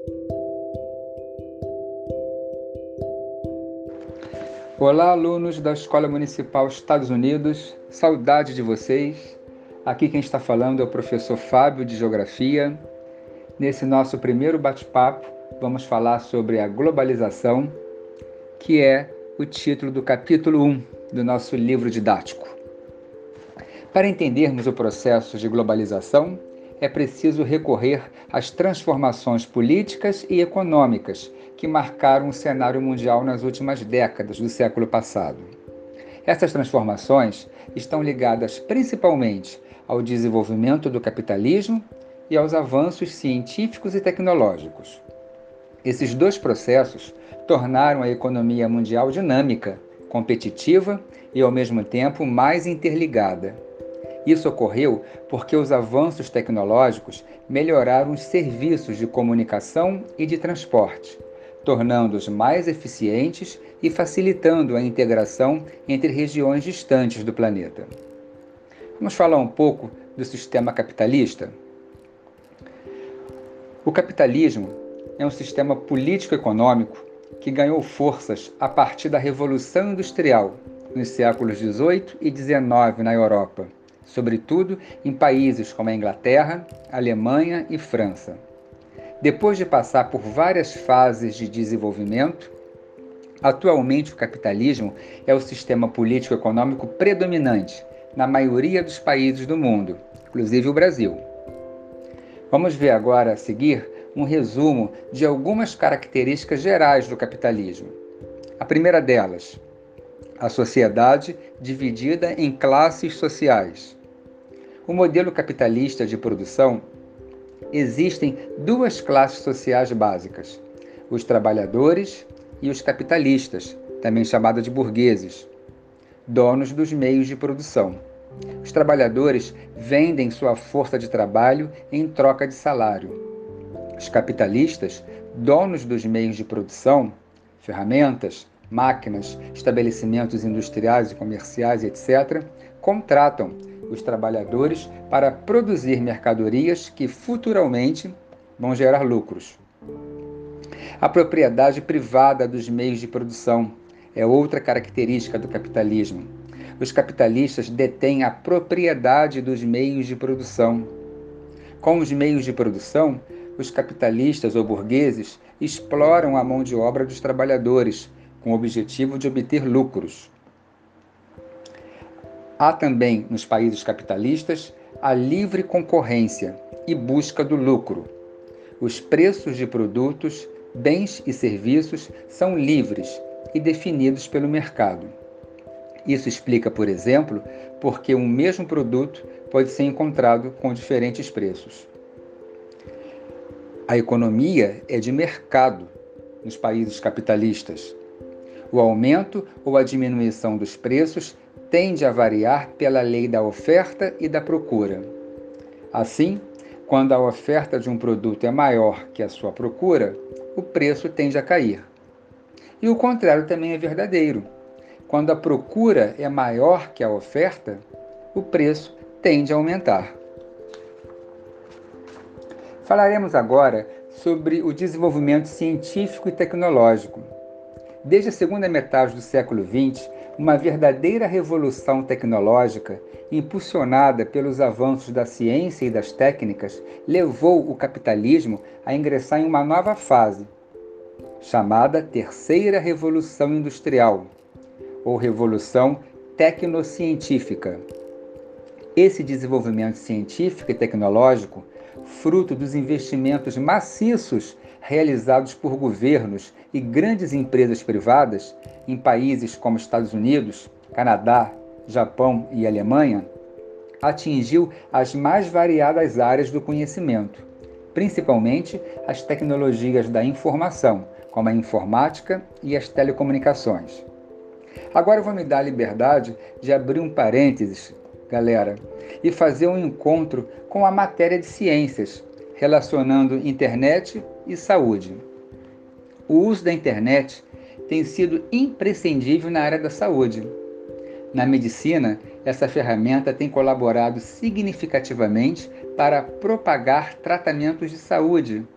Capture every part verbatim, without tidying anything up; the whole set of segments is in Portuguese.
Olá, alunos da Escola Municipal Estados Unidos, saudade de vocês. Aqui quem está falando é o professor Fábio de Geografia. Nesse nosso primeiro bate-papo, vamos falar sobre a globalização, que é o título do capítulo um do nosso livro didático. Para entendermos o processo de globalização, é preciso recorrer às transformações políticas e econômicas que marcaram o cenário mundial nas últimas décadas do século passado. Essas transformações estão ligadas principalmente ao desenvolvimento do capitalismo e aos avanços científicos e tecnológicos. Esses dois processos tornaram a economia mundial dinâmica, competitiva e, ao mesmo tempo, mais interligada. Isso ocorreu porque os avanços tecnológicos melhoraram os serviços de comunicação e de transporte, tornando-os mais eficientes e facilitando a integração entre regiões distantes do planeta. Vamos falar um pouco do sistema capitalista? O capitalismo é um sistema político-econômico que ganhou forças a partir da Revolução Industrial, nos séculos dezoito e dezenove na Europa, sobretudo em países como a Inglaterra, Alemanha e França. Depois de passar por várias fases de desenvolvimento, atualmente o capitalismo é o sistema político-econômico predominante na maioria dos países do mundo, inclusive o Brasil. Vamos ver agora a seguir um resumo de algumas características gerais do capitalismo. A primeira delas, a sociedade dividida em classes sociais. O modelo capitalista de produção existem duas classes sociais básicas, os trabalhadores e os capitalistas, também chamados de burgueses, donos dos meios de produção. Os trabalhadores vendem sua força de trabalho em troca de salário. Os capitalistas, donos dos meios de produção, ferramentas, máquinas, estabelecimentos industriais e comerciais, etcétera, contratam os trabalhadores para produzir mercadorias que futuramente vão gerar lucros. A propriedade privada dos meios de produção é outra característica do capitalismo. Os capitalistas detêm a propriedade dos meios de produção. Com os meios de produção, os capitalistas ou burgueses exploram a mão de obra dos trabalhadores, com o objetivo de obter lucros. Há também, nos países capitalistas, a livre concorrência e busca do lucro. Os preços de produtos, bens e serviços são livres e definidos pelo mercado. Isso explica, por exemplo, porque um mesmo produto pode ser encontrado com diferentes preços. A economia é de mercado nos países capitalistas. O aumento ou a diminuição dos preços tende a variar pela lei da oferta e da procura. Assim, quando a oferta de um produto é maior que a sua procura, o preço tende a cair. E o contrário também é verdadeiro. Quando a procura é maior que a oferta, o preço tende a aumentar. Falaremos agora sobre o desenvolvimento científico e tecnológico. Desde a segunda metade do século vinte, uma verdadeira revolução tecnológica, impulsionada pelos avanços da ciência e das técnicas, levou o capitalismo a ingressar em uma nova fase, chamada Terceira Revolução Industrial, ou Revolução Tecnocientífica. Esse desenvolvimento científico e tecnológico, fruto dos investimentos maciços realizados por governos e grandes empresas privadas em países como Estados Unidos, Canadá, Japão e Alemanha, atingiu as mais variadas áreas do conhecimento, principalmente as tecnologias da informação, como a informática e as telecomunicações. Agora eu vou me dar a liberdade de abrir um parênteses, galera, e fazer um encontro com a matéria de ciências, relacionando internet e saúde. O uso da internet tem sido imprescindível na área da saúde. Na medicina, essa ferramenta tem colaborado significativamente para propagar tratamentos de saúde,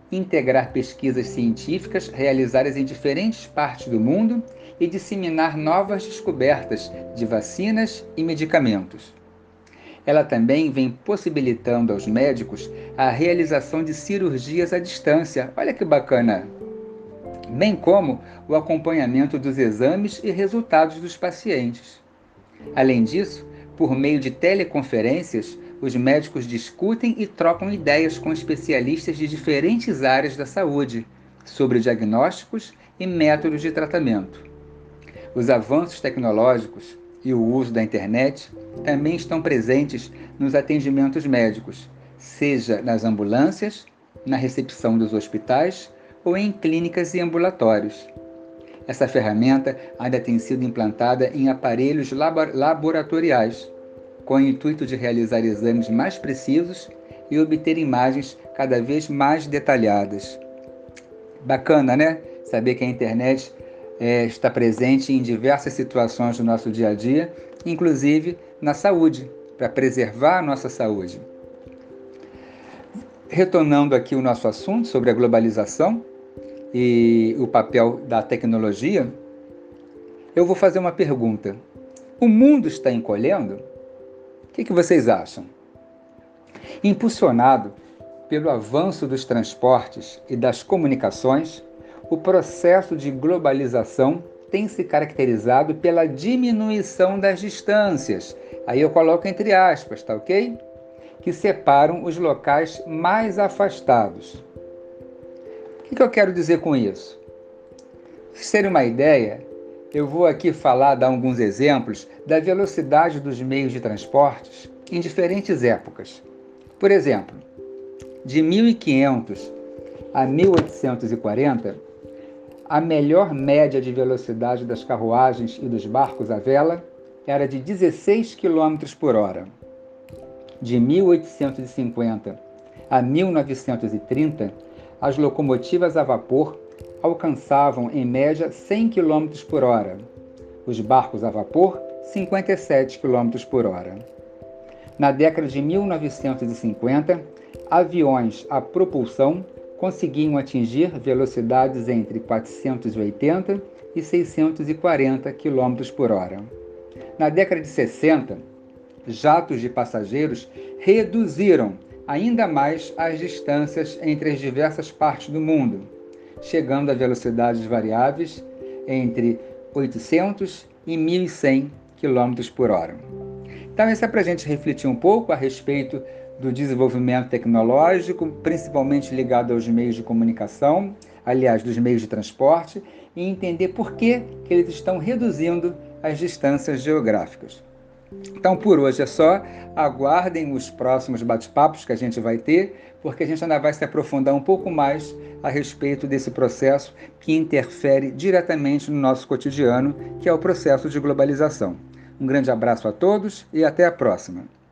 integrar pesquisas científicas realizadas em diferentes partes do mundo e disseminar novas descobertas de vacinas e medicamentos. Ela também vem possibilitando aos médicos a realização de cirurgias à distância. Olha que bacana! Bem como o acompanhamento dos exames e resultados dos pacientes. Além disso, por meio de teleconferências, os médicos discutem e trocam ideias com especialistas de diferentes áreas da saúde sobre diagnósticos e métodos de tratamento. Os avanços tecnológicos e o uso da internet também estão presentes nos atendimentos médicos, seja nas ambulâncias, na recepção dos hospitais ou em clínicas e ambulatórios. Essa ferramenta ainda tem sido implantada em aparelhos laboratoriais, com o intuito de realizar exames mais precisos e obter imagens cada vez mais detalhadas. Bacana, né? Saber que a internet é, está presente em diversas situações do nosso dia a dia, inclusive na saúde, para preservar a nossa saúde. Retornando aqui o nosso assunto sobre a globalização e o papel da tecnologia, eu vou fazer uma pergunta. O mundo está encolhendo? O que, que vocês acham? Impulsionado pelo avanço dos transportes e das comunicações, o processo de globalização tem se caracterizado pela diminuição das distâncias, aí eu coloco entre aspas, tá ok? Que separam os locais mais afastados. O que, que eu quero dizer com isso? Para vocês terem uma ideia, eu vou aqui falar, dar alguns exemplos da velocidade dos meios de transportes em diferentes épocas. Por exemplo, de mil e quinhentos a mil oitocentos e quarenta, a melhor média de velocidade das carruagens e dos barcos à vela era de dezesseis quilômetros por hora. De mil oitocentos e cinquenta a mil novecentos e trinta, as locomotivas a vapor alcançavam, em média, cem quilômetros por hora. Os barcos a vapor, cinquenta e sete quilômetros por hora. Na década de mil novecentos e cinquenta, aviões a propulsão conseguiam atingir velocidades entre quatrocentos e oitenta e seiscentos e quarenta quilômetros por hora. Na década de sessenta, jatos de passageiros reduziram ainda mais as distâncias entre as diversas partes do mundo, chegando a velocidades variáveis entre oitocentos e mil e cem quilômetros por hora. Então, isso é para a gente refletir um pouco a respeito do desenvolvimento tecnológico, principalmente ligado aos meios de comunicação, aliás, dos meios de transporte, e entender por que, que eles estão reduzindo as distâncias geográficas. Então, por hoje é só. Aguardem os próximos bate-papos que a gente vai ter, porque a gente ainda vai se aprofundar um pouco mais a respeito desse processo que interfere diretamente no nosso cotidiano, que é o processo de globalização. Um grande abraço a todos e até a próxima.